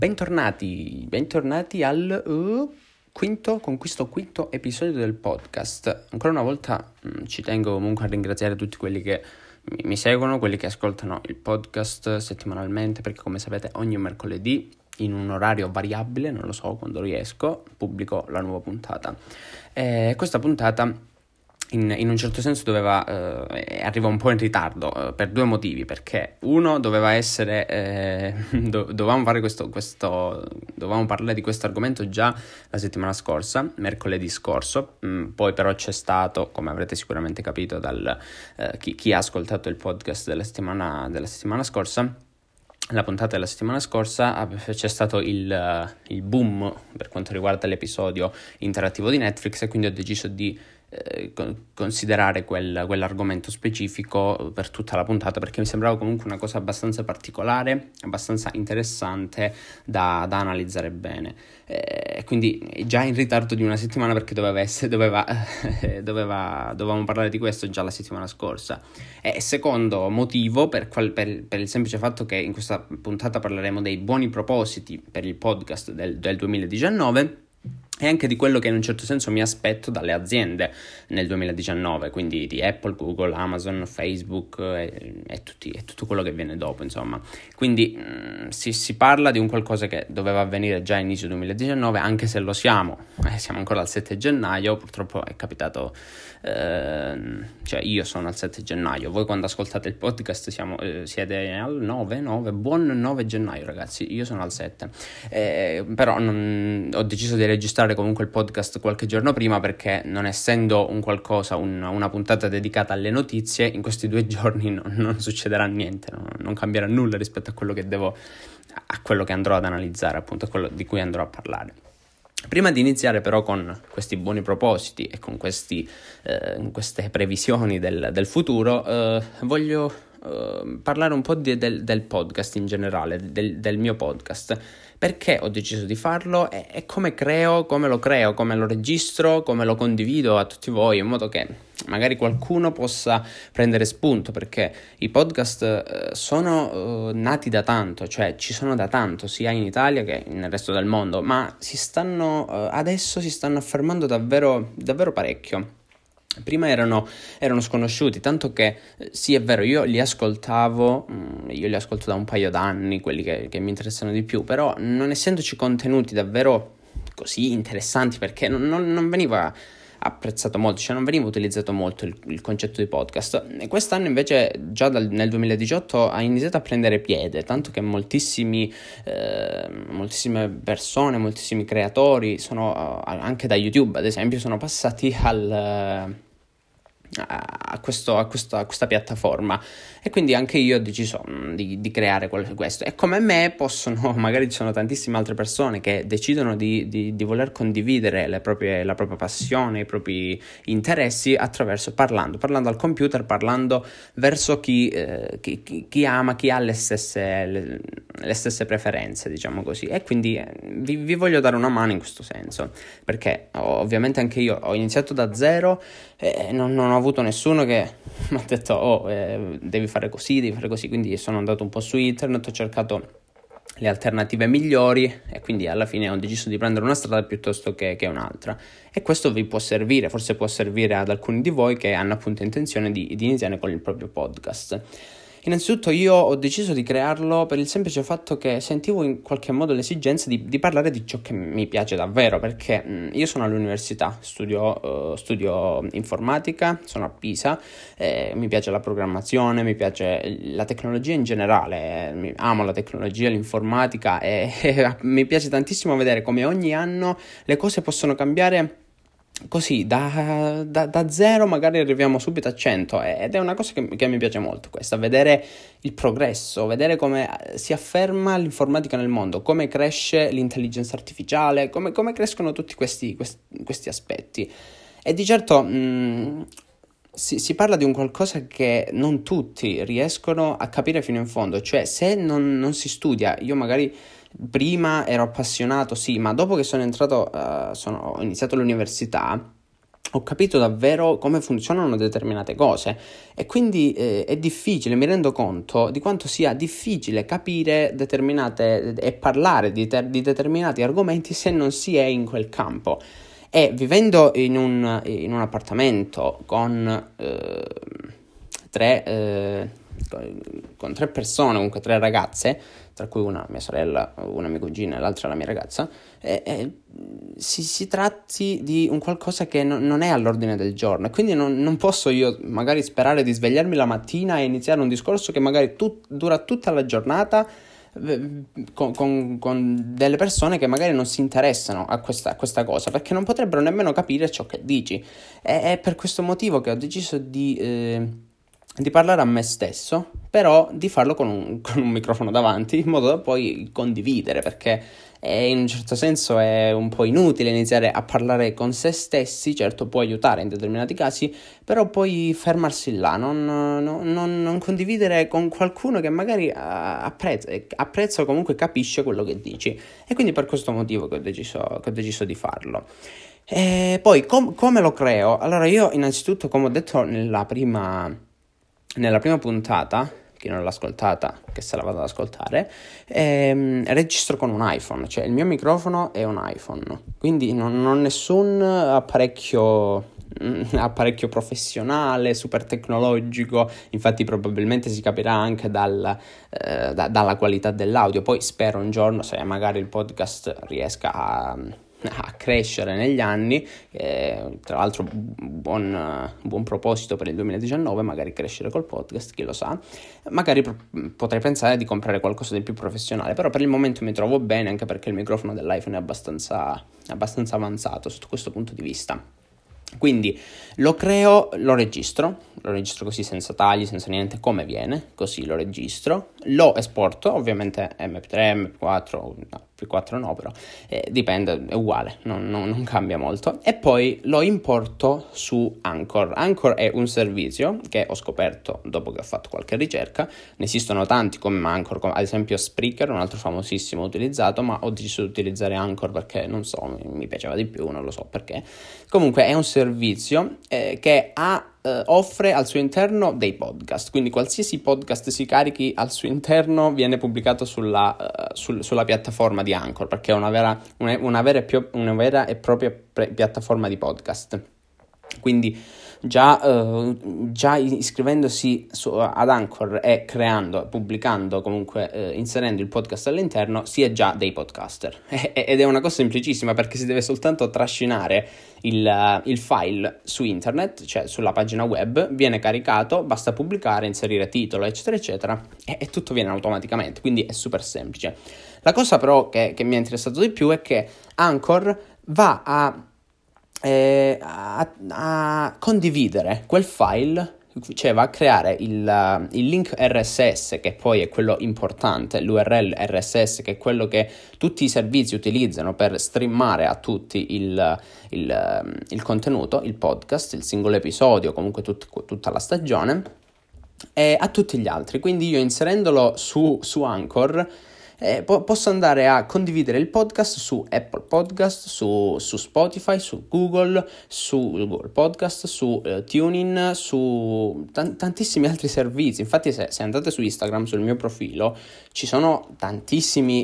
Bentornati al con questo quinto episodio del podcast. Ancora una volta ci tengo comunque a ringraziare tutti quelli che mi seguono, quelli che ascoltano il podcast settimanalmente, perché come sapete ogni mercoledì in un orario variabile, non lo so quando riesco, pubblico la nuova puntata. Questa puntata in un certo senso arriva un po' in ritardo per due motivi, perché uno doveva essere dovevamo fare dovevamo parlare di questo argomento già la settimana scorsa, mercoledì scorso, poi però c'è stato, come avrete sicuramente capito chi ha ascoltato il podcast della settimana scorsa, la puntata della settimana scorsa, c'è stato il boom per quanto riguarda l'episodio interattivo di Netflix, e quindi ho deciso di considerare quell'argomento specifico per tutta la puntata, perché mi sembrava comunque una cosa abbastanza particolare, abbastanza interessante da analizzare bene. Quindi già in ritardo di una settimana, perché dovevamo parlare di questo già la settimana scorsa. E secondo motivo, per il semplice fatto che in questa puntata parleremo dei buoni propositi per il podcast del 2019 e anche di quello che in un certo senso mi aspetto dalle aziende nel 2019, quindi di Apple, Google, Amazon, Facebook e tutto quello che viene dopo, insomma. Quindi si parla di un qualcosa che doveva avvenire già a inizio 2019, anche se lo siamo ancora al 7 gennaio, purtroppo è capitato, cioè io sono al 7 gennaio, voi quando ascoltate il podcast siete al 9, buon 9 gennaio ragazzi, io sono al 7, però ho deciso di registrare comunque il podcast qualche giorno prima, perché non essendo una puntata dedicata alle notizie, in questi 2 giorni non succederà niente, non cambierà nulla rispetto a quello che andrò ad analizzare, appunto a quello di cui andrò a parlare. Prima di iniziare però con questi buoni propositi e con queste previsioni del futuro, voglio parlare un po' del podcast in generale, del mio podcast. Perché ho deciso di farlo e come lo creo, come lo registro, come lo condivido a tutti voi, in modo che magari qualcuno possa prendere spunto, perché i podcast sono nati da tanto, cioè ci sono da tanto, sia in Italia che nel resto del mondo, ma adesso si stanno affermando davvero, davvero parecchio. Prima erano sconosciuti, tanto che sì, è vero, io li ascolto da un paio d'anni, quelli che mi interessano di più, però non essendoci contenuti davvero così interessanti, perché non veniva apprezzato molto, cioè non veniva utilizzato molto il concetto di podcast. E quest'anno invece già nel 2018 ha iniziato a prendere piede, tanto che moltissime persone, moltissimi creatori anche da YouTube ad esempio sono passati a questa piattaforma, e quindi anche io ho deciso di creare questo. E come me magari ci sono tantissime altre persone che decidono di voler condividere la propria passione, i propri interessi parlando al computer, parlando verso chi ama, chi ha le stesse preferenze, diciamo così. E quindi vi voglio dare una mano in questo senso, perché ovviamente anche io ho iniziato da zero e non ho avuto nessuno che mi ha detto devi fare così, quindi sono andato un po' su internet, ho cercato le alternative migliori e quindi alla fine ho deciso di prendere una strada piuttosto che un'altra, e questo vi può servire, forse può servire ad alcuni di voi che hanno appunto intenzione di iniziare con il proprio podcast. Innanzitutto io ho deciso di crearlo per il semplice fatto che sentivo in qualche modo l'esigenza di parlare di ciò che mi piace davvero, perché io sono all'università, studio informatica, sono a Pisa, mi piace la programmazione, mi piace la tecnologia in generale, amo la tecnologia, l'informatica e mi piace tantissimo vedere come ogni anno le cose possono cambiare. Così da 0 magari arriviamo subito a 100, ed è una cosa che mi piace molto, questa, vedere il progresso, vedere come si afferma l'informatica nel mondo, come cresce l'intelligenza artificiale, come crescono tutti questi aspetti. E di certo si parla di un qualcosa che non tutti riescono a capire fino in fondo, cioè se non si studia. Io magari prima ero appassionato, sì, ma dopo che sono entrato, ho iniziato l'università, ho capito davvero come funzionano determinate cose e quindi è difficile, mi rendo conto di quanto sia difficile capire determinate e parlare di determinati argomenti se non si è in quel campo. E vivendo in un appartamento con tre persone, comunque 3 ragazze, tra cui una mia sorella, una mia cugina e l'altra la mia ragazza, si tratti di un qualcosa che non è all'ordine del giorno, e quindi non posso io magari sperare di svegliarmi la mattina e iniziare un discorso che magari dura tutta la giornata con delle persone che magari non si interessano a questa cosa, perché non potrebbero nemmeno capire ciò che dici. È per questo motivo che ho deciso di parlare a me stesso, però di farlo con un microfono davanti, in modo da poi condividere, perché in un certo senso è un po' inutile iniziare a parlare con se stessi. Certo, può aiutare in determinati casi, però poi fermarsi là, non condividere con qualcuno che magari apprezza o comunque capisce quello che dici. E quindi per questo motivo che ho deciso di farlo. E poi come lo creo? Allora, io innanzitutto, come ho detto nella prima puntata, chi non l'ha ascoltata, che se la vado ad ascoltare, registro con un iPhone, cioè il mio microfono è un iPhone, quindi non ho nessun apparecchio professionale, super tecnologico. Infatti probabilmente si capirà anche dalla qualità dell'audio. Poi spero un giorno, se magari il podcast riesca a crescere negli anni, tra l'altro buon proposito per il 2019, magari crescere col podcast, chi lo sa, magari potrei pensare di comprare qualcosa di più professionale, però per il momento mi trovo bene, anche perché il microfono dell'iPhone è abbastanza avanzato sotto questo punto di vista. Quindi lo creo, lo registro così senza tagli, senza niente, come viene, così lo registro, lo esporto, ovviamente MP3, MP4, no, P4 no, però dipende, è uguale, non cambia molto, e poi lo importo su Anchor. Anchor è un servizio che ho scoperto dopo che ho fatto qualche ricerca. Ne esistono tanti come Anchor, come ad esempio Spreaker, un altro famosissimo utilizzato, ma ho deciso di utilizzare Anchor perché non so, mi piaceva di più, non lo so perché. Comunque è un servizio che offre al suo interno dei podcast, quindi qualsiasi podcast si carichi al suo interno viene pubblicato sulla piattaforma di Anchor, perché è una vera e propria piattaforma di podcast. Quindi già iscrivendosi ad Anchor e pubblicando, comunque inserendo il podcast all'interno, si è già dei podcaster. Ed è una cosa semplicissima, perché si deve soltanto trascinare il file su internet, cioè sulla pagina web, viene caricato, basta pubblicare, inserire titolo, eccetera eccetera, e tutto viene automaticamente, quindi è super semplice. La cosa però che mi è interessato di più è che Anchor va a condividere quel file, cioè va a creare il link RSS, che poi è quello importante, l'URL RSS, che è quello che tutti i servizi utilizzano per streamare a tutti il contenuto, il podcast, il singolo episodio, comunque tutta la stagione, e a tutti gli altri. Quindi io, inserendolo su Anchor, posso andare a condividere il podcast su Apple Podcast, su Spotify, su Google Podcast, su TuneIn, su tantissimi altri servizi. Infatti se andate su Instagram, sul mio profilo, ci sono tantissimi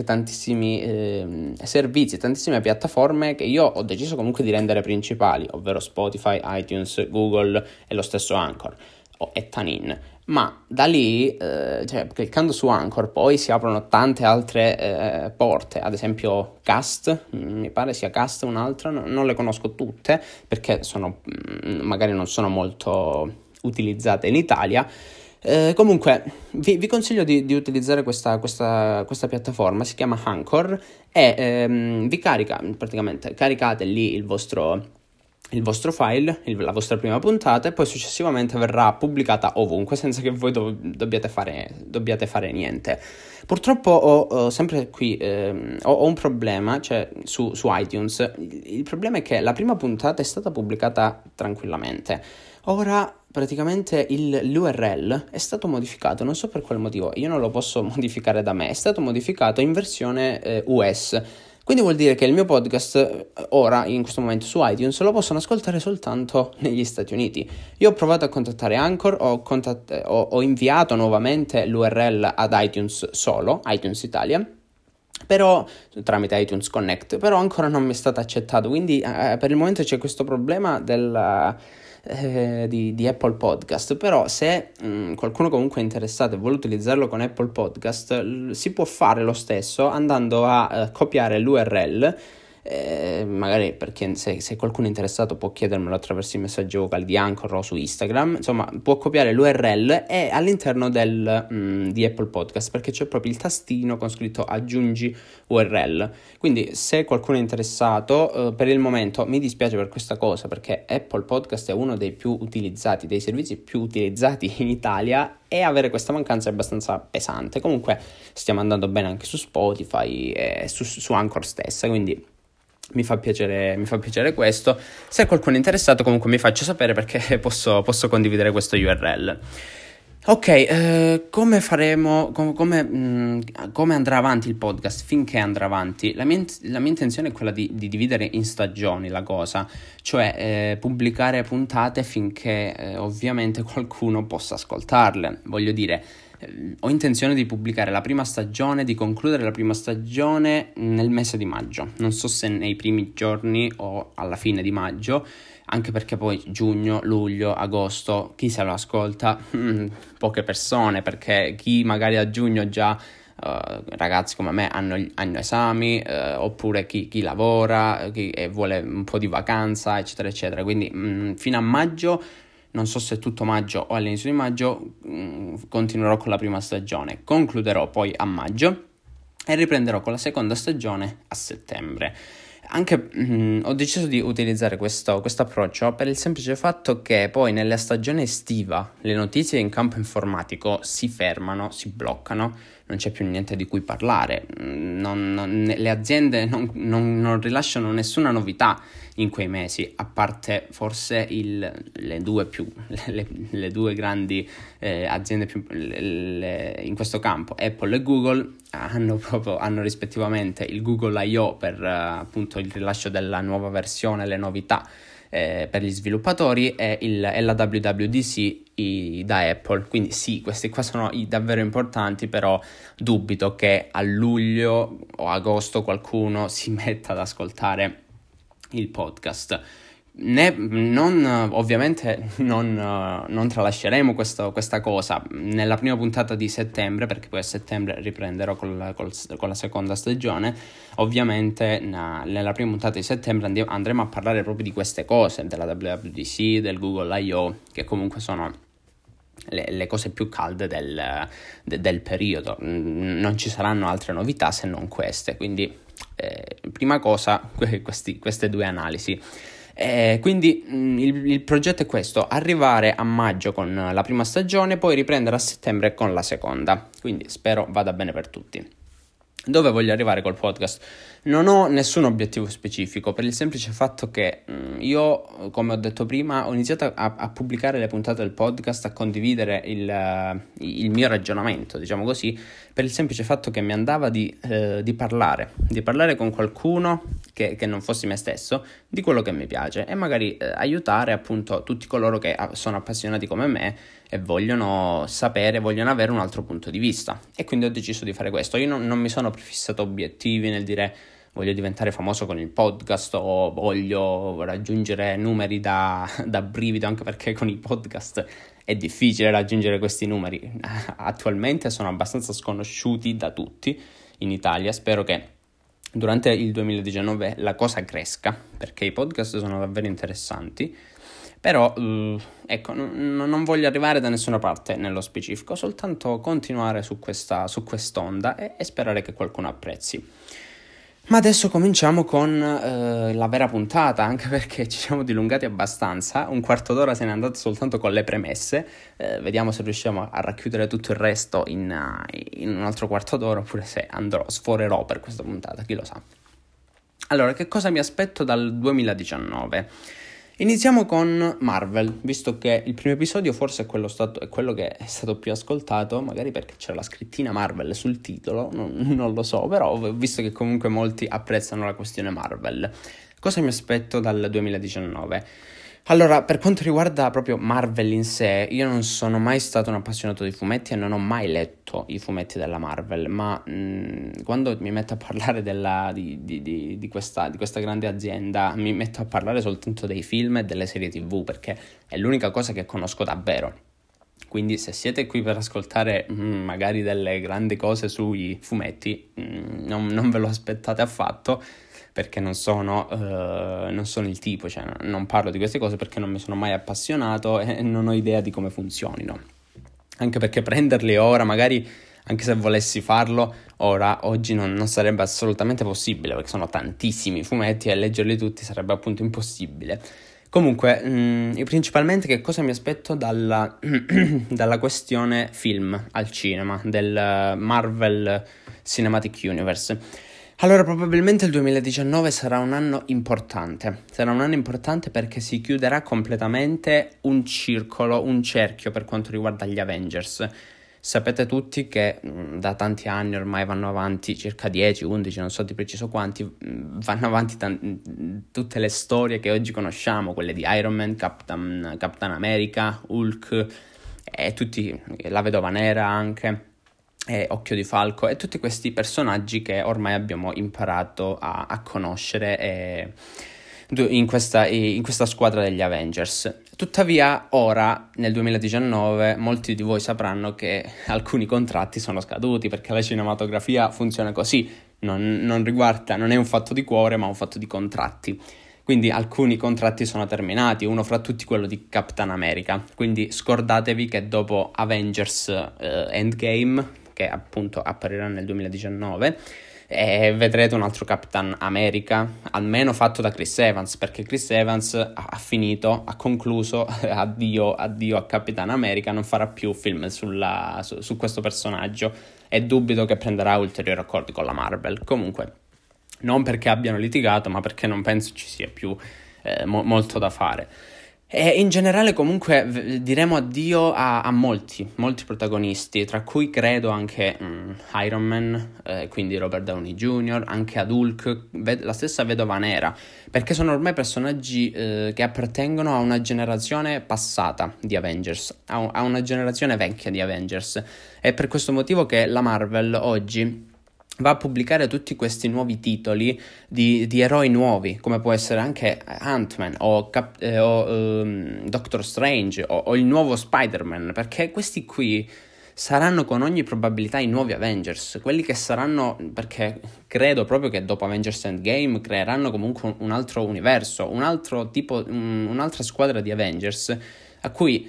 servizi, tantissime piattaforme che io ho deciso comunque di rendere principali, ovvero Spotify, iTunes, Google e lo stesso Anchor e TuneIn. Ma da lì, cliccando su Anchor, poi si aprono tante altre porte, ad esempio Cast, mi pare sia Cast un'altra, non le conosco tutte perché magari non sono molto utilizzate in Italia. Comunque vi consiglio di utilizzare questa piattaforma, si chiama Anchor, e vi carica, praticamente caricate lì il vostro file, la vostra prima puntata, e poi successivamente verrà pubblicata ovunque senza che voi dobbiate fare niente. Purtroppo ho sempre qui ho un problema, cioè su iTunes. Il problema è che la prima puntata è stata pubblicata tranquillamente. Ora praticamente l'URL è stato modificato, non so per quale motivo, io non lo posso modificare da me, è stato modificato in versione US. Quindi vuol dire che il mio podcast ora, in questo momento su iTunes, lo possono ascoltare soltanto negli Stati Uniti. Io ho provato a contattare Anchor, ho inviato nuovamente l'URL ad iTunes solo, iTunes Italia, però tramite iTunes Connect, però ancora non mi è stato accettato, quindi per il momento c'è questo problema di Apple Podcast. Però se qualcuno comunque è interessato e vuole utilizzarlo con Apple Podcast, si può fare lo stesso andando a copiare l'URL. Magari perché se qualcuno è interessato può chiedermelo attraverso i messaggi vocali di Anchor o su Instagram. Insomma, può copiare l'URL e all'interno di Apple Podcast, perché c'è proprio il tastino con scritto aggiungi URL. Quindi se qualcuno è interessato, per il momento mi dispiace per questa cosa, perché Apple Podcast è uno dei più utilizzati, dei servizi più utilizzati in Italia, e avere questa mancanza è abbastanza pesante. Comunque stiamo andando bene anche su Spotify e su Anchor stessa, quindi mi fa piacere questo. Se qualcuno è interessato, comunque mi faccio sapere, perché posso condividere questo URL. Ok, come faremo, come andrà avanti il podcast, finché andrà avanti? La mia intenzione è quella di dividere in stagioni la cosa, cioè pubblicare puntate finché ovviamente qualcuno possa ascoltarle. Voglio dire, ho intenzione di pubblicare la prima stagione, di concludere la prima stagione nel mese di maggio. Non so se nei primi giorni o alla fine di maggio, anche perché poi giugno, luglio, agosto, chi se lo ascolta? Poche persone, perché chi magari a giugno già, ragazzi come me, hanno esami, oppure chi lavora e vuole un po' di vacanza, eccetera, eccetera. Quindi fino a maggio, non so se tutto maggio o all'inizio di maggio, continuerò con la prima stagione, concluderò poi a maggio e riprenderò con la seconda stagione a settembre. Anche ho deciso di utilizzare questo approccio per il semplice fatto che poi nella stagione estiva le notizie in campo informatico si fermano, si bloccano, non c'è più niente di cui parlare, le aziende non rilasciano nessuna novità in quei mesi, a parte forse le due grandi aziende in questo campo, Apple e Google. Hanno rispettivamente il Google I.O. per appunto il rilascio della nuova versione, le novità per gli sviluppatori, e la WWDC da Apple. Quindi sì, questi qua sono davvero importanti, però dubito che a luglio o agosto qualcuno si metta ad ascoltare il podcast. Ovviamente non tralasceremo questa cosa nella prima puntata di settembre, perché poi a settembre riprenderò con la seconda stagione. Ovviamente nella prima puntata di settembre andremo a parlare proprio di queste cose, della WWDC, del Google I.O., che comunque sono le cose più calde del periodo. Non ci saranno altre novità se non queste, quindi prima cosa queste due analisi. Quindi il progetto è questo: arrivare a maggio con la prima stagione, poi riprendere a settembre con la seconda. Quindi spero vada bene per tutti. Dove voglio arrivare col podcast? Non ho nessun obiettivo specifico, per il semplice fatto che io, come ho detto prima, ho iniziato a pubblicare le puntate del podcast, a condividere il mio ragionamento, diciamo così, per il semplice fatto che mi andava di parlare con qualcuno che non fossi me stesso, di quello che mi piace, e magari aiutare appunto tutti coloro che sono appassionati come me e vogliono avere un altro punto di vista. E quindi ho deciso di fare questo. Io non mi sono prefissato obiettivi nel dire voglio diventare famoso con il podcast o voglio raggiungere numeri da brivido, anche perché con i podcast è difficile raggiungere questi numeri. Attualmente sono abbastanza sconosciuti da tutti in Italia. Spero che durante il 2019 la cosa cresca, perché i podcast sono davvero interessanti. Però ecco, non voglio arrivare da nessuna parte nello specifico, soltanto continuare su quest'onda e sperare che qualcuno apprezzi. Ma adesso cominciamo con la vera puntata, anche perché ci siamo dilungati abbastanza. Un quarto d'ora se n'è andato soltanto con le premesse. Vediamo se riusciamo a racchiudere tutto il resto in un altro quarto d'ora, oppure se sforerò per questa puntata, chi lo sa. Allora, che cosa mi aspetto dal 2019? Iniziamo con Marvel, visto che il primo episodio forse è quello che è stato più ascoltato, magari perché c'era la scrittina Marvel sul titolo, non lo so, però visto che comunque molti apprezzano la questione Marvel. Cosa mi aspetto dal 2019? Allora, per quanto riguarda proprio Marvel in sé, io non sono mai stato un appassionato di fumetti e non ho mai letto i fumetti della Marvel, ma quando mi metto a parlare di questa grande azienda, mi metto a parlare soltanto dei film e delle serie TV, perché è l'unica cosa che conosco davvero. Quindi se siete qui per ascoltare magari delle grandi cose sui fumetti, non ve lo aspettate affatto, perché non sono il tipo, cioè non parlo di queste cose perché non mi sono mai appassionato e non ho idea di come funzionino. Anche perché prenderli ora, magari anche se volessi farlo, oggi non sarebbe assolutamente possibile, perché sono tantissimi fumetti e leggerli tutti sarebbe appunto impossibile. Comunque, principalmente che cosa mi aspetto dalla questione film al cinema, del Marvel Cinematic Universe? Allora, probabilmente il 2019 sarà un anno importante. Sarà un anno importante perché si chiuderà completamente un cerchio per quanto riguarda gli Avengers. Sapete tutti che da tanti anni ormai vanno avanti, circa 10, 11, non so di preciso quanti, vanno avanti tutte le storie che oggi conosciamo, quelle di Iron Man, Captain America, Hulk, e tutti, la Vedova Nera anche, e Occhio di Falco, e tutti questi personaggi che ormai abbiamo imparato a conoscere in questa squadra degli Avengers. Tuttavia ora, nel 2019, molti di voi sapranno che alcuni contratti sono scaduti, perché la cinematografia funziona così, non è un fatto di cuore ma un fatto di contratti. Quindi alcuni contratti sono terminati, uno fra tutti quello di Captain America, quindi scordatevi che dopo Avengers Endgame, che appunto apparirà nel 2019, e vedrete un altro Captain America, almeno fatto da Chris Evans, perché Chris Evans ha concluso, addio a Capitan America, non farà più film su questo personaggio e dubito che prenderà ulteriori accordi con la Marvel. Comunque, non perché abbiano litigato, ma perché non penso ci sia più molto da fare. E in generale comunque diremo addio a molti protagonisti, tra cui credo anche Iron Man, quindi Robert Downey Jr., anche ad Hulk, la stessa Vedova Nera, perché sono ormai personaggi che appartengono a una generazione passata di Avengers, a una generazione vecchia di Avengers. È per questo motivo che la Marvel oggi va a pubblicare tutti questi nuovi titoli di eroi nuovi, come può essere anche Ant-Man o Doctor Strange o il nuovo Spider-Man, perché questi qui saranno con ogni probabilità i nuovi Avengers, quelli che saranno, perché credo proprio che dopo Avengers Endgame creeranno comunque un altro universo, un altro tipo, un'altra squadra di Avengers di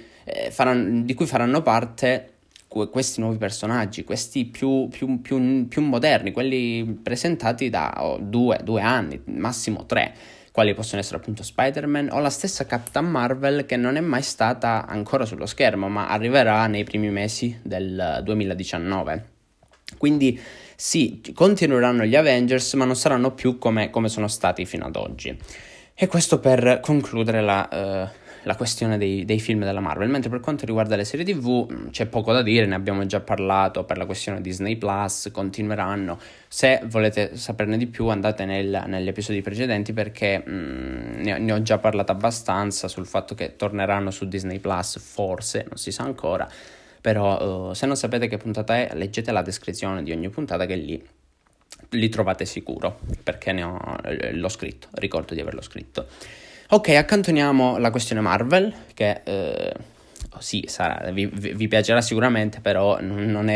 cui faranno parte questi nuovi personaggi, questi più moderni, quelli presentati da 2 anni, massimo 3, quali possono essere appunto Spider-Man o la stessa Captain Marvel, che non è mai stata ancora sullo schermo, ma arriverà nei primi mesi del 2019. Quindi sì, continueranno gli Avengers, ma non saranno più come sono stati fino ad oggi. E questo per concludere la questione dei film della Marvel. Mentre per quanto riguarda le serie TV c'è poco da dire, ne abbiamo già parlato per la questione Disney Plus, continueranno. Se volete saperne di più andate negli episodi precedenti, perché ne ho già parlato abbastanza sul fatto che torneranno su Disney Plus, forse, non si sa ancora, però se non sapete che puntata è, leggete la descrizione di ogni puntata, che li trovate sicuro, perché l'ho scritto, ricordo di averlo scritto. Ok, accantoniamo la questione Marvel, che sì, vi piacerà sicuramente, però non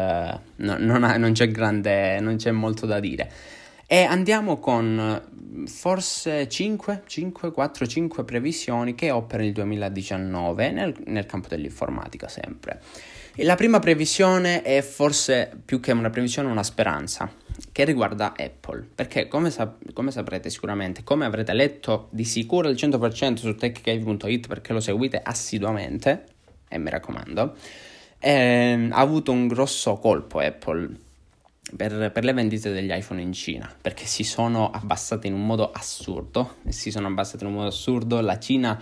c'è molto da dire. E andiamo con forse 4-5 previsioni che ho per il 2019 nel campo dell'informatica sempre. E la prima previsione è forse più che una previsione, una speranza, che riguarda Apple, perché come saprete sicuramente, come avrete letto di sicuro al 100% su techcave.it, perché lo seguite assiduamente, e mi raccomando, ha avuto un grosso colpo Apple. per le vendite degli iPhone in Cina, perché si sono abbassate in un modo assurdo. La Cina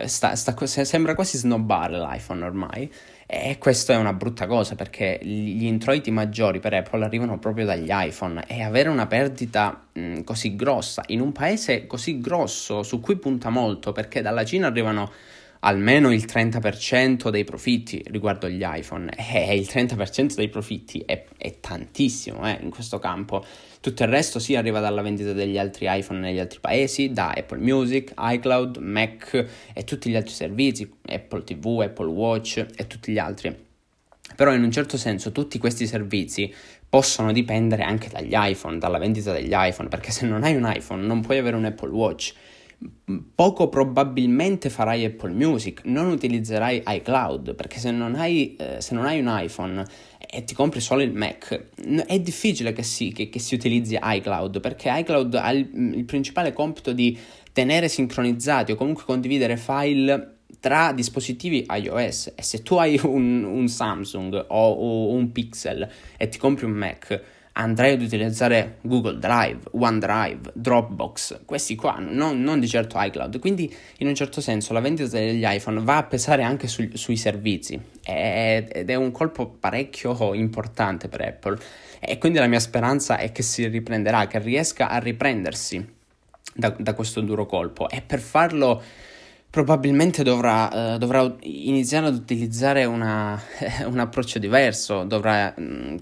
sembra quasi snobbare l'iPhone ormai, e questo è una brutta cosa, perché gli introiti maggiori per Apple arrivano proprio dagli iPhone, e avere una perdita così grossa in un paese così grosso su cui punta molto, perché dalla Cina arrivano almeno il 30% dei profitti riguardo gli iPhone, e il 30% dei profitti è tantissimo in questo campo. Tutto il resto sì arriva dalla vendita degli altri iPhone negli altri paesi, da Apple Music, iCloud, Mac e tutti gli altri servizi, Apple TV, Apple Watch e tutti gli altri. Però in un certo senso tutti questi servizi possono dipendere anche dagli iPhone, dalla vendita degli iPhone, perché se non hai un iPhone non puoi avere un Apple Watch. Poco probabilmente farai Apple Music, non utilizzerai iCloud, perché se non hai un iPhone e ti compri solo il Mac, è difficile che si utilizzi iCloud, perché iCloud ha il principale compito di tenere sincronizzati o comunque condividere file tra dispositivi iOS, e se tu hai un Samsung o un Pixel e ti compri un Mac, andrai ad utilizzare Google Drive, OneDrive, Dropbox, questi qua, non di certo iCloud. Quindi in un certo senso la vendita degli iPhone va a pesare anche sui servizi, ed è un colpo parecchio importante per Apple, e quindi la mia speranza è che si riprenderà, che riesca a riprendersi da questo duro colpo, e per farlo probabilmente dovrà iniziare ad utilizzare un approccio diverso, dovrà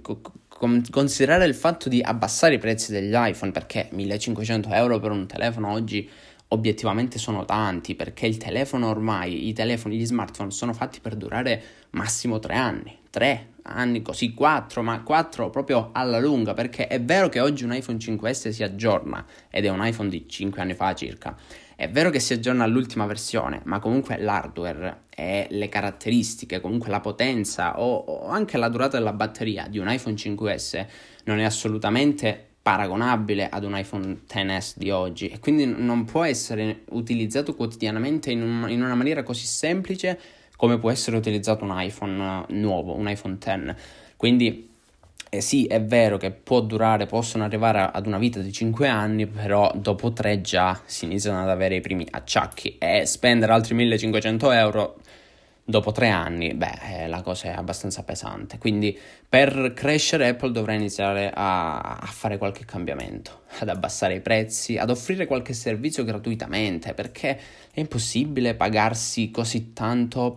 considerare il fatto di abbassare i prezzi degli iPhone, perché 1.500 euro per un telefono oggi obiettivamente sono tanti, perché il telefono ormai, gli smartphone sono fatti per durare massimo 3 anni, così 4, ma 4 proprio alla lunga, perché è vero che oggi un iPhone 5S si aggiorna, ed è un iPhone di 5 anni fa circa. È vero che si aggiorna all'ultima versione, ma comunque l'hardware e le caratteristiche, comunque la potenza o anche la durata della batteria di un iPhone 5S non è assolutamente paragonabile ad un iPhone XS di oggi, e quindi non può essere utilizzato quotidianamente in una maniera così semplice come può essere utilizzato un iPhone nuovo, un iPhone X. Quindi sì, è vero che possono arrivare ad una vita di 5 anni, però dopo 3 già si iniziano ad avere i primi acciacchi, e spendere altri 1.500 euro dopo 3 anni, la cosa è abbastanza pesante. Quindi per crescere Apple dovrà iniziare a fare qualche cambiamento, ad abbassare i prezzi, ad offrire qualche servizio gratuitamente, perché è impossibile pagarsi così tanto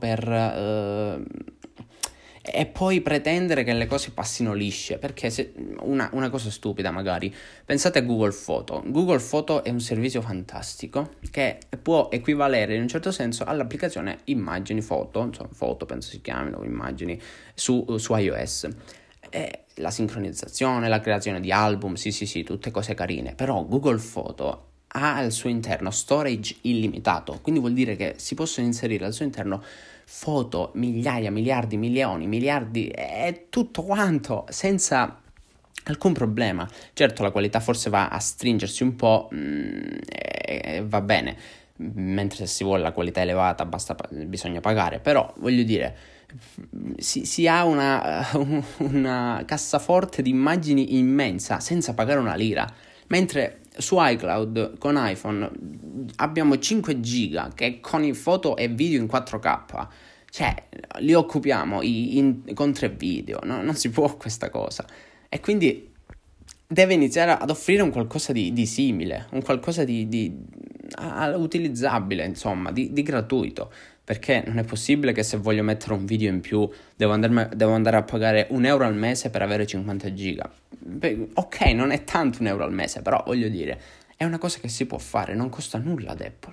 e poi pretendere che le cose passino lisce, perché se una cosa stupida magari, pensate a Google Photo è un servizio fantastico che può equivalere in un certo senso all'applicazione immagini foto, insomma foto penso si chiamino immagini, su iOS. La sincronizzazione, la creazione di album, sì, tutte cose carine, però Google Photo ha al suo interno storage illimitato, quindi vuol dire che si possono inserire al suo interno foto, migliaia, miliardi, miliardi e tutto quanto senza alcun problema. Certo, la qualità forse va a stringersi un po', e va bene, mentre se si vuole la qualità elevata bisogna pagare, però voglio dire, si ha una cassaforte di immagini immensa senza pagare una lira, mentre su iCloud con iPhone abbiamo 5 giga che con i foto e video in 4K, cioè li occupiamo con 3 video, no? Non si può questa cosa, e quindi deve iniziare ad offrire un qualcosa di simile, un qualcosa di utilizzabile, insomma, di gratuito, perché non è possibile che se voglio mettere un video in più devo andare a pagare €1 al mese per avere 50 giga. Ok, non è tanto €1 al mese, però voglio dire, è una cosa che si può fare, non costa nulla ad Apple,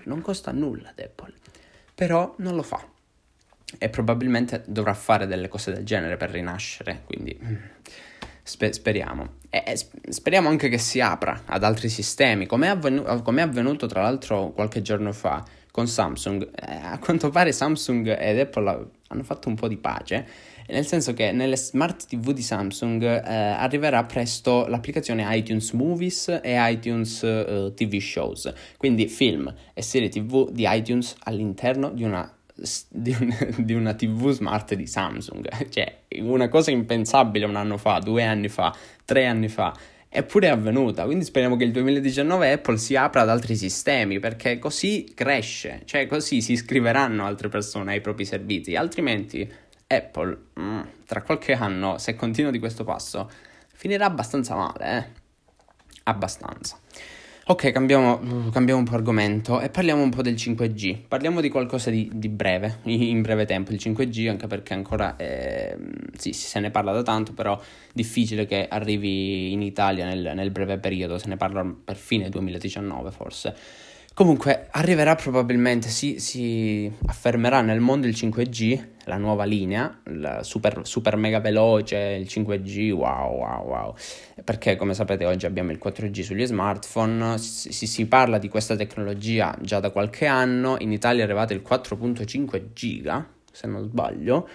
però non lo fa, e probabilmente dovrà fare delle cose del genere per rinascere, quindi speriamo. Speriamo anche che si apra ad altri sistemi, come è avvenuto tra l'altro qualche giorno fa con Samsung. A quanto pare Samsung ed Apple hanno fatto un po' di pace, nel senso che nelle smart TV di Samsung arriverà presto l'applicazione iTunes Movies e iTunes TV Shows, quindi film e serie TV di iTunes all'interno di una di una TV smart di Samsung, cioè una cosa impensabile un anno fa, 2 anni fa, 3 anni fa, eppure è avvenuta. Quindi speriamo che il 2019 Apple si apra ad altri sistemi, perché così cresce, cioè così si iscriveranno altre persone ai propri servizi, altrimenti Apple tra qualche anno, se continua di questo passo, finirà abbastanza male, abbastanza. Ok, cambiamo un po' argomento e parliamo un po' del 5G. Parliamo di qualcosa di breve, in breve tempo, il 5G, anche perché ancora sì, se ne parla da tanto, però difficile che arrivi in Italia nel breve periodo, se ne parla per fine 2019 forse. Comunque arriverà probabilmente, si affermerà nel mondo il 5G, la nuova linea, il super mega veloce, il 5G, wow. Perché come sapete oggi abbiamo il 4G sugli smartphone, si parla di questa tecnologia già da qualche anno, in Italia è arrivato il 4.5 giga, se non sbaglio,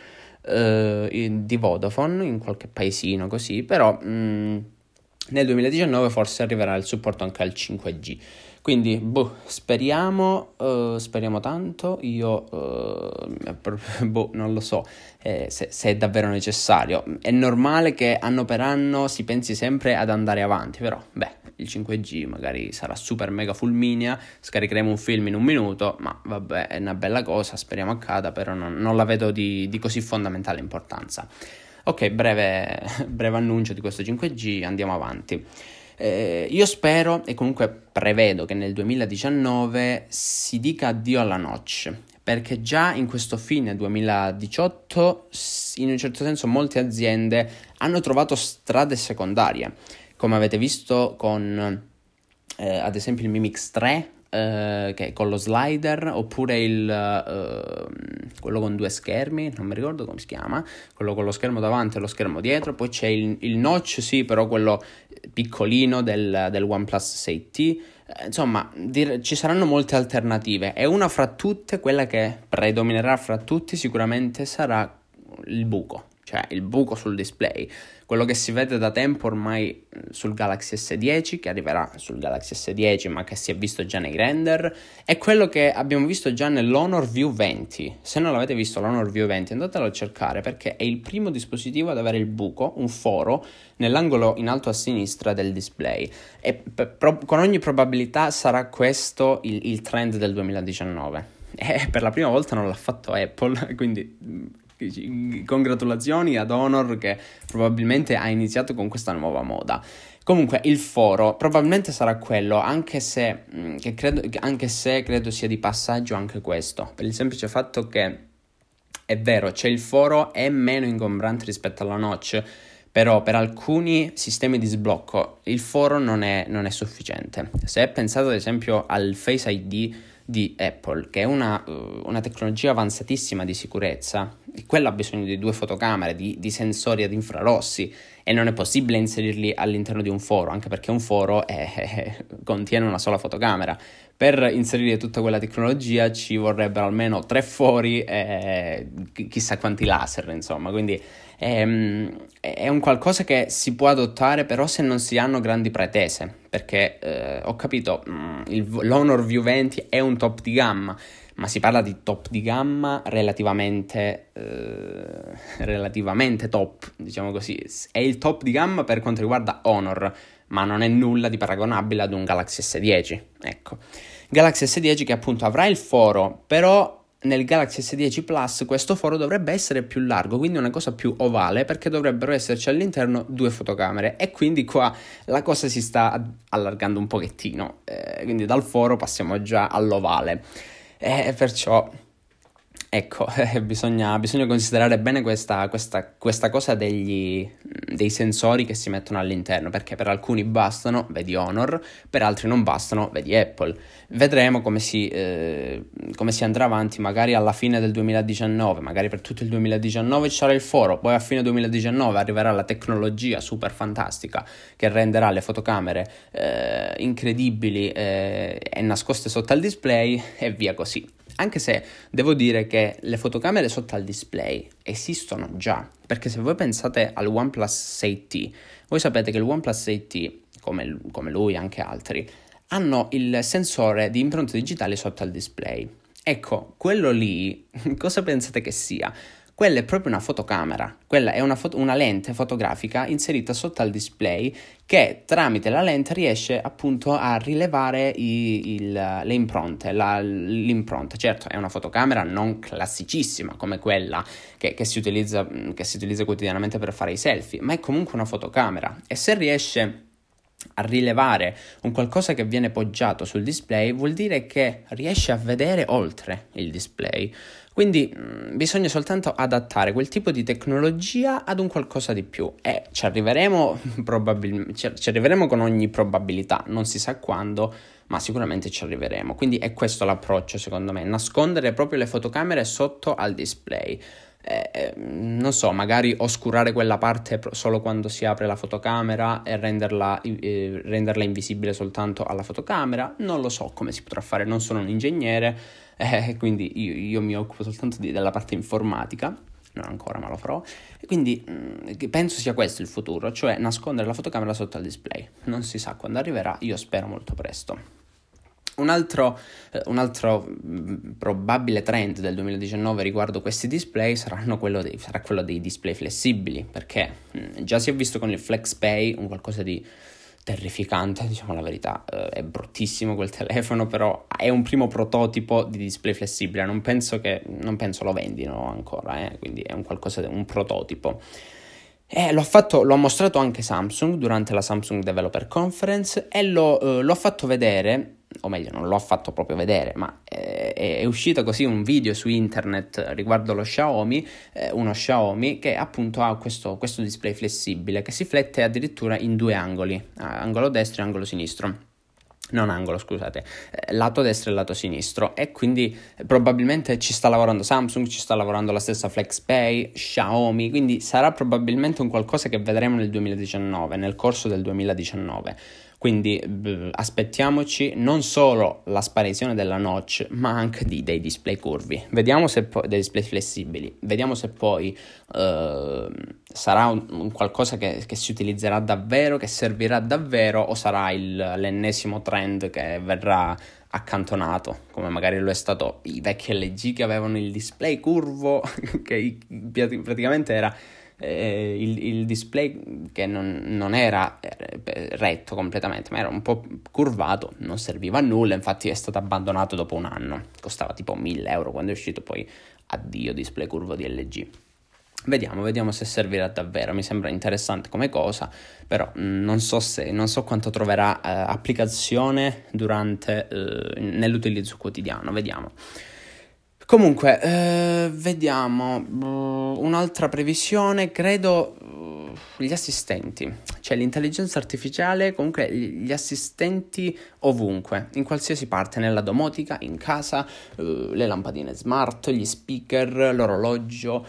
di Vodafone, in qualche paesino così, però nel 2019 forse arriverà il supporto anche al 5G. Quindi, speriamo tanto, io non lo so se è davvero necessario. È normale che anno per anno si pensi sempre ad andare avanti, però, il 5G magari sarà super mega fulminea, scaricheremo un film in un minuto, ma vabbè, è una bella cosa, speriamo accada, però non la vedo di così fondamentale importanza. Ok, breve annuncio di questo 5G, andiamo avanti. Io spero e comunque prevedo che nel 2019 si dica addio alla notch, perché già in questo fine 2018 in un certo senso molte aziende hanno trovato strade secondarie, come avete visto con ad esempio il Mi Mix 3, che con lo slider, oppure quello con 2 schermi, non mi ricordo come si chiama, quello con lo schermo davanti e lo schermo dietro. Poi c'è il notch, sì, però quello piccolino del OnePlus 6T. Insomma, ci saranno molte alternative e una fra tutte, quella che predominerà fra tutti sicuramente sarà il buco, cioè il buco sul display, quello che si vede da tempo ormai sul Galaxy S10, che arriverà sul Galaxy S10 ma che si è visto già nei render, è quello che abbiamo visto già nell'Honor View 20. Se non l'avete visto l'Honor View 20 andatelo a cercare, perché è il primo dispositivo ad avere il buco, un foro nell'angolo in alto a sinistra del display, e con ogni probabilità sarà questo il trend del 2019, e per la prima volta non l'ha fatto Apple, quindi congratulazioni ad Honor, che probabilmente ha iniziato con questa nuova moda. Comunque il foro probabilmente sarà quello, anche se credo sia di passaggio anche questo, per il semplice fatto che è vero, c'è il foro, è meno ingombrante rispetto alla notch, però per alcuni sistemi di sblocco il foro non è sufficiente. Se pensate ad esempio al Face ID di Apple, che è una tecnologia avanzatissima di sicurezza, quella ha bisogno di 2 fotocamere, di sensori ad infrarossi, e non è possibile inserirli all'interno di un foro, anche perché un foro contiene una sola fotocamera. Per inserire tutta quella tecnologia ci vorrebbero almeno 3 fori e chissà quanti laser, insomma, quindi è un qualcosa che si può adottare, però se non si hanno grandi pretese, perché ho capito, l'Honor View 20 è un top di gamma, ma si parla di top di gamma relativamente top, diciamo così. È il top di gamma per quanto riguarda Honor, ma non è nulla di paragonabile ad un Galaxy S10, ecco. Galaxy S10 che appunto avrà il foro, però nel Galaxy S10 Plus questo foro dovrebbe essere più largo, quindi una cosa più ovale, perché dovrebbero esserci all'interno 2 fotocamere, e quindi qua la cosa si sta allargando un pochettino, quindi dal foro passiamo già all'ovale, perciò ecco, bisogna considerare bene questa cosa dei sensori che si mettono all'interno, perché per alcuni bastano, vedi Honor, per altri non bastano, vedi Apple. Vedremo come si andrà avanti, magari alla fine del 2019, magari per tutto il 2019 ci sarà il foro, poi a fine 2019 arriverà la tecnologia super fantastica che renderà le fotocamere incredibili e nascoste sotto al display, e via così. Anche se devo dire che le fotocamere sotto al display esistono già, perché se voi pensate al OnePlus 6T, voi sapete che il OnePlus 6T, come lui e anche altri, hanno il sensore di impronte digitali sotto al display, Ecco, quello lì, cosa pensate che sia? Quella è proprio una fotocamera, quella è una lente fotografica inserita sotto al display che tramite la lente riesce appunto a rilevare le impronte, l'impronta. Certo, è una fotocamera non classicissima come quella che si utilizza quotidianamente per fare i selfie, ma è comunque una fotocamera e se riesce a rilevare un qualcosa che viene poggiato sul display vuol dire che riesce a vedere oltre il display. Quindi bisogna soltanto adattare quel tipo di tecnologia ad un qualcosa di più e ci arriveremo con ogni probabilità, non si sa quando, ma sicuramente ci arriveremo. Quindi è questo l'approccio secondo me, nascondere proprio le fotocamere sotto al display. Non so, magari oscurare quella parte solo quando si apre la fotocamera e renderla invisibile soltanto alla fotocamera, non lo so come si potrà fare, non sono un ingegnere, quindi io mi occupo soltanto della parte informatica, non ancora ma lo farò, e quindi penso sia questo il futuro, cioè nascondere la fotocamera sotto al display. Non si sa quando arriverà, io spero molto presto. Un altro probabile trend del 2019 riguardo questi display sarà quello dei display flessibili, perché già si è visto con il FlexPay un qualcosa di terrificante, diciamo la verità, è bruttissimo quel telefono, però è un primo prototipo di display flessibile, non penso lo vendino ancora, quindi è un prototipo. Lo ha mostrato anche Samsung durante la Samsung Developer Conference e lo ha fatto vedere, o meglio non lo ha fatto proprio vedere, ma è uscito così un video su internet riguardo lo Xiaomi, uno Xiaomi che appunto ha questo display flessibile che si flette addirittura in due angoli, angolo destro e angolo sinistro. Non angolo, scusate, lato destro e lato sinistro, e quindi probabilmente ci sta lavorando Samsung, ci sta lavorando la stessa FlexPay, Xiaomi, quindi sarà probabilmente un qualcosa che vedremo nel 2019, nel corso del 2019. Quindi aspettiamoci non solo la sparizione della notch, ma anche dei display curvi. Vediamo se poi dei display flessibili. Vediamo se poi sarà un qualcosa che si utilizzerà davvero, che servirà davvero, o sarà l'ennesimo trend che verrà accantonato, come magari lo è stato i vecchi LG che avevano il display curvo, che praticamente era il display che non era retto completamente, ma era un po' curvato, non serviva a nulla, infatti è stato abbandonato dopo un anno, costava tipo 1.000 euro quando è uscito, poi addio display curvo di LG. Vediamo se servirà davvero, mi sembra interessante come cosa, però non so quanto troverà applicazione nell'utilizzo quotidiano, vediamo. Comunque, vediamo un'altra previsione, credo gli assistenti, cioè l'intelligenza artificiale, comunque gli assistenti ovunque, in qualsiasi parte, nella domotica, in casa, le lampadine smart, gli speaker, l'orologio.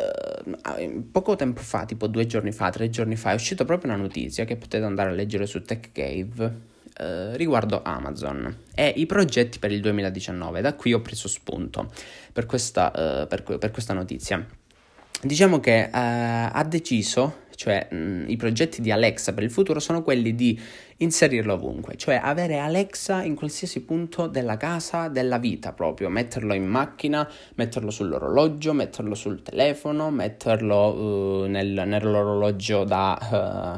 Poco tempo fa, tipo 3 giorni fa, è uscita proprio una notizia che potete andare a leggere su TechCave, riguardo Amazon e i progetti per il 2019. Da qui ho preso spunto per questa notizia. Diciamo che ha deciso, cioè i progetti di Alexa per il futuro sono quelli di inserirlo ovunque, cioè avere Alexa in qualsiasi punto della casa, della vita proprio, metterlo in macchina, metterlo sull'orologio, metterlo sul telefono, metterlo nell'orologio da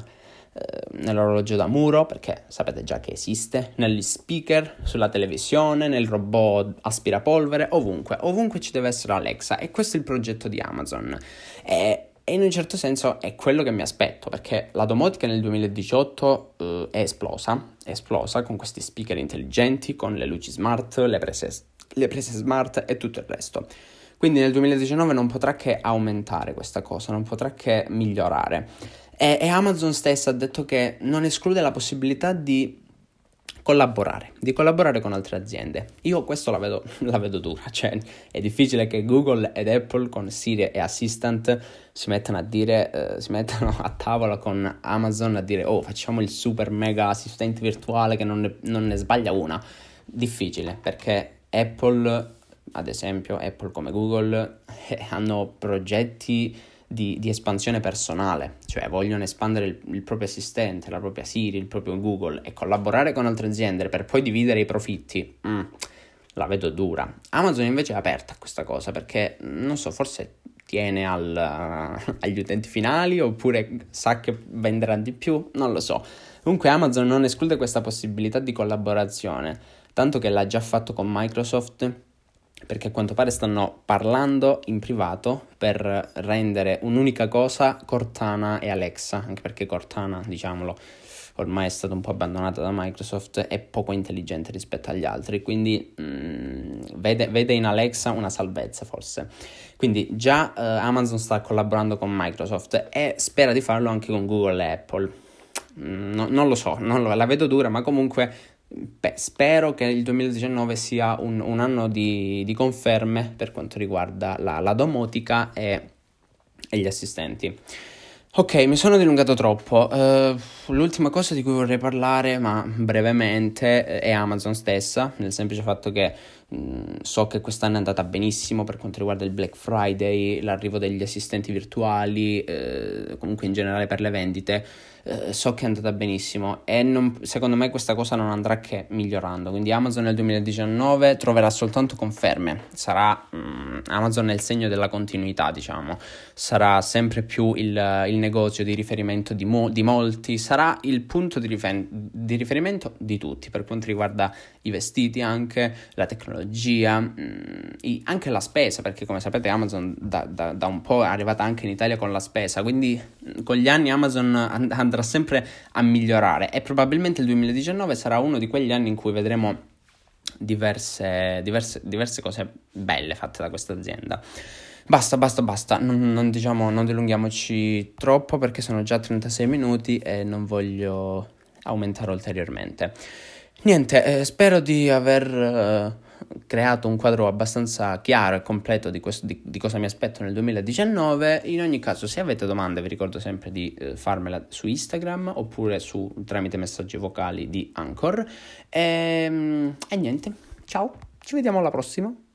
muro, perché sapete già che esiste, negli speaker, sulla televisione, nel robot aspirapolvere, ovunque ci deve essere Alexa, e questo è il progetto di Amazon. E in un certo senso è quello che mi aspetto, perché la domotica nel 2018 è esplosa con questi speaker intelligenti, con le luci smart, le prese smart e tutto il resto. Quindi nel 2019 non potrà che aumentare questa cosa, non potrà che migliorare. E Amazon stessa ha detto che non esclude la possibilità di collaborare con altre aziende. Io questo la vedo dura, cioè è difficile che Google ed Apple con Siri e Assistant si mettano a tavola con Amazon a dire facciamo il super mega assistente virtuale che non ne sbaglia una. Difficile, perché Apple, ad esempio, Apple come Google hanno progetti di espansione personale, cioè vogliono espandere il proprio assistente, la propria Siri, il proprio Google, e collaborare con altre aziende per poi dividere i profitti. la vedo dura. Amazon invece è aperta a questa cosa perché, non so, forse tiene agli utenti finali oppure sa che venderà di più, non lo so. Comunque Amazon non esclude questa possibilità di collaborazione, tanto che l'ha già fatto con Microsoft, perché a quanto pare stanno parlando in privato per rendere un'unica cosa Cortana e Alexa, anche perché Cortana, diciamolo, ormai è stata un po' abbandonata da Microsoft, è poco intelligente rispetto agli altri, quindi vede in Alexa una salvezza forse. Quindi già Amazon sta collaborando con Microsoft e spera di farlo anche con Google e Apple. Non lo so, la vedo dura, ma comunque spero che il 2019 sia un anno di conferme per quanto riguarda la domotica e gli assistenti. Ok, mi sono dilungato troppo. L'ultima cosa di cui vorrei parlare, ma brevemente, è Amazon stessa, nel semplice fatto che so che quest'anno è andata benissimo per quanto riguarda il Black Friday, l'arrivo degli assistenti virtuali, comunque in generale per le vendite. So che è andata benissimo e secondo me questa cosa non andrà che migliorando, quindi Amazon nel 2019 troverà soltanto conferme, sarà Amazon è il segno della continuità, diciamo, sarà sempre più il negozio di riferimento di molti, sarà il punto di riferimento di tutti per quanto riguarda i vestiti, anche la tecnologia, anche la spesa, perché come sapete Amazon da un po' è arrivata anche in Italia con la spesa, quindi con gli anni Amazon andrà sempre a migliorare e probabilmente il 2019 sarà uno di quegli anni in cui vedremo diverse cose belle fatte da questa azienda. Basta, non dilunghiamoci troppo perché sono già 36 minuti e non voglio aumentare ulteriormente. Niente, spero di aver creato un quadro abbastanza chiaro e completo di cosa mi aspetto nel 2019. In ogni caso, se avete domande vi ricordo sempre di farmela su Instagram oppure tramite messaggi vocali di Anchor. E niente, ciao, ci vediamo alla prossima.